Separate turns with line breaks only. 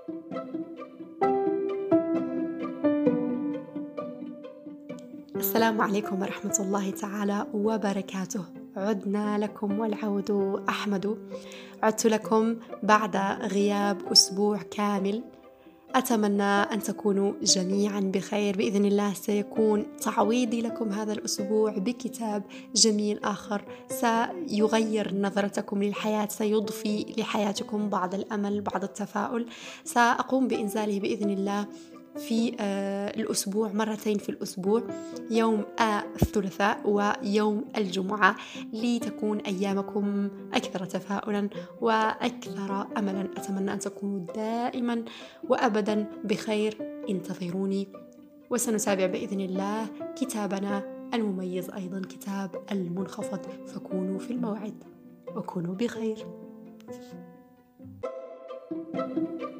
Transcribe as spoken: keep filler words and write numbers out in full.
السلام عليكم ورحمة الله تعالى وبركاته. عدنا لكم والعود أحمد. عدت لكم بعد غياب أسبوع كامل. أتمنى أن تكونوا جميعا بخير بإذن الله. سيكون تعويضي لكم هذا الأسبوع بكتاب جميل آخر سيغير نظرتكم للحياة، سيضفي لحياتكم بعض الأمل، بعض التفاؤل. سأقوم بإنزاله بإذن الله في الأسبوع مرتين في الأسبوع، يوم الثلاثاء ويوم الجمعة، لتكون أيامكم أكثر تفاؤلا وأكثر أملا. أتمنى أن تكونوا دائما وأبدا بخير. انتظروني وسنتابع بإذن الله كتابنا المميز، أيضا كتاب المنخفض. فكونوا في الموعد وكونوا بخير.